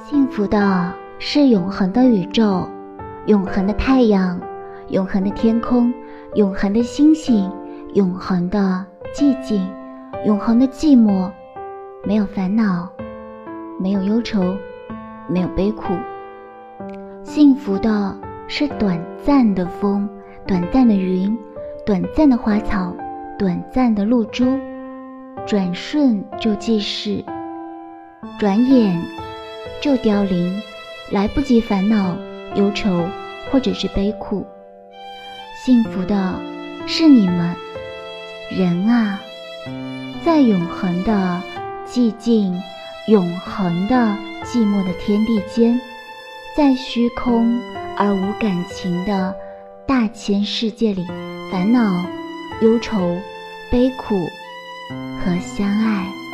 幸福的是永恒的宇宙，永恒的太阳，永恒的天空，永恒的星星，永恒的寂静，永恒的寂寞，没有烦恼，没有忧愁，没有悲苦。幸福的是短暂的风，短暂的云，短暂的花草，短暂的露珠，转瞬就即逝，转眼就凋零，来不及烦恼、忧愁或者是悲苦。幸福的是你们，人啊，在永恒的寂静、永恒的寂寞的天地间，在虚空而无感情的大千世界里，烦恼、忧愁、悲苦和相爱。